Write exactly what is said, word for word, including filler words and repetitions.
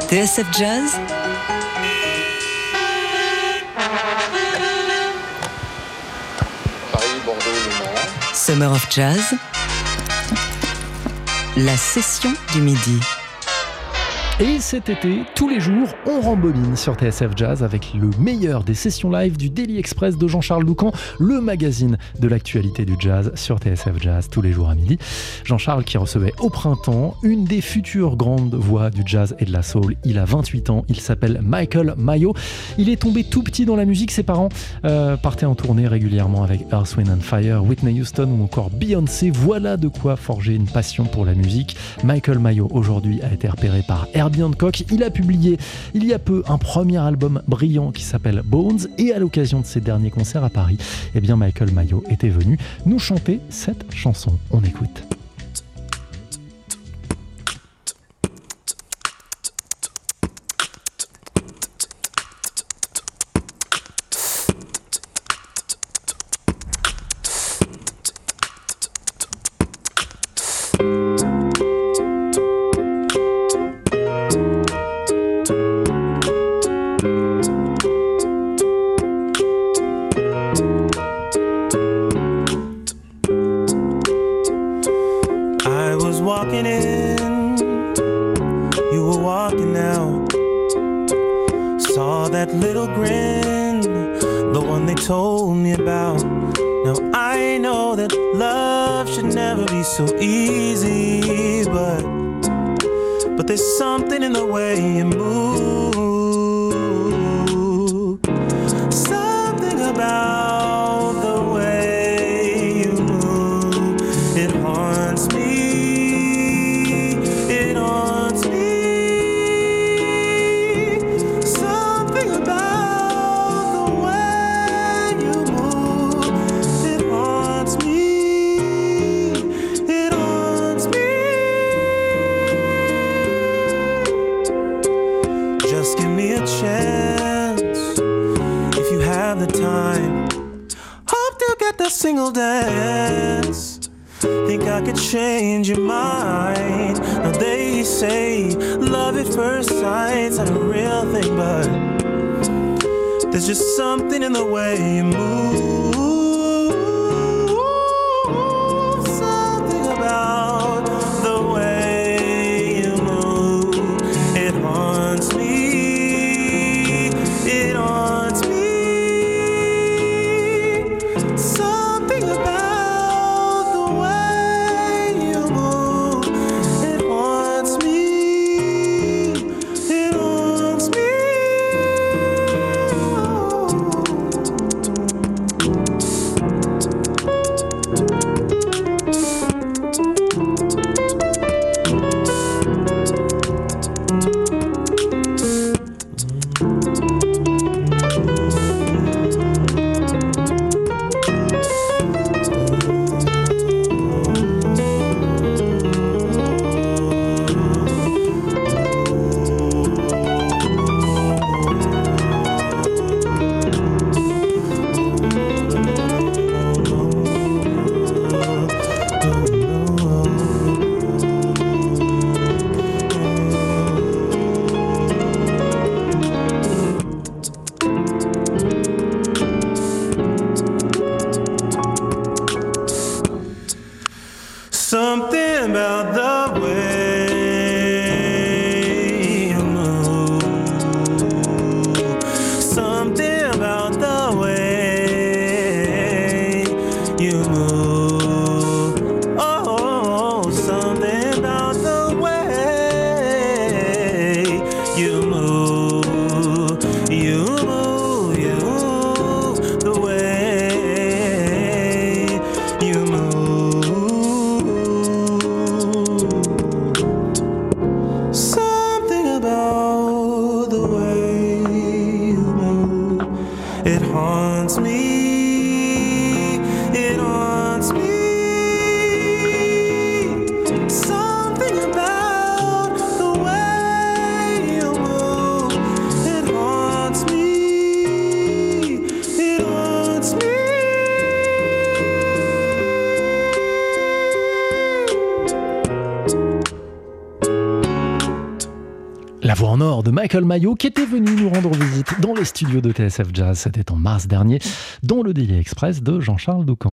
T S F Jazz, Paris, Bordeaux, Le Mans. Summer of Jazz, la session du midi. Et cet été, tous les jours, on rembobine sur T S F Jazz avec le meilleur des sessions live du Daily Express de Jean-Charles Doucan, le magazine de l'actualité du jazz sur T S F Jazz tous les jours à midi. Jean-Charles qui recevait au printemps une des futures grandes voix du jazz et de la soul. Il a vingt-huit ans, il s'appelle Michael Mayo. Il est tombé tout petit dans la musique, ses parents euh, partaient en tournée régulièrement avec Earth, Wind and Fire, Whitney Houston ou encore Beyoncé. Voilà de quoi forger une passion pour la musique. Michael Mayo aujourd'hui a été repéré par Herbie Hancock. Il a publié il y a peu un premier album brillant qui s'appelle Bones, et à l'occasion de ses derniers concerts à Paris, eh bien Michael Mayo était venu nous chanter cette chanson. On écoute. Walking in, you were walking out. Saw that little grin, the one they told me about. Now I know that love should never be so easy, but but there's something in the way you move, something about the way you move. It haunts me. Just give me a chance if you have the time. Hope to get that single dance. Think I could change your mind. Now they say love at first sight's not a real thing, but there's just something in the way you move. Something about the way you move. It haunts me. It haunts me. Something about the way you move. It haunts me. It haunts me. La voix en or de Michael Mayo qui était venu nous rendre visite dans les studios de T S F Jazz. C'était en mars dernier dans le Daily Express de Jean-Charles Doucan.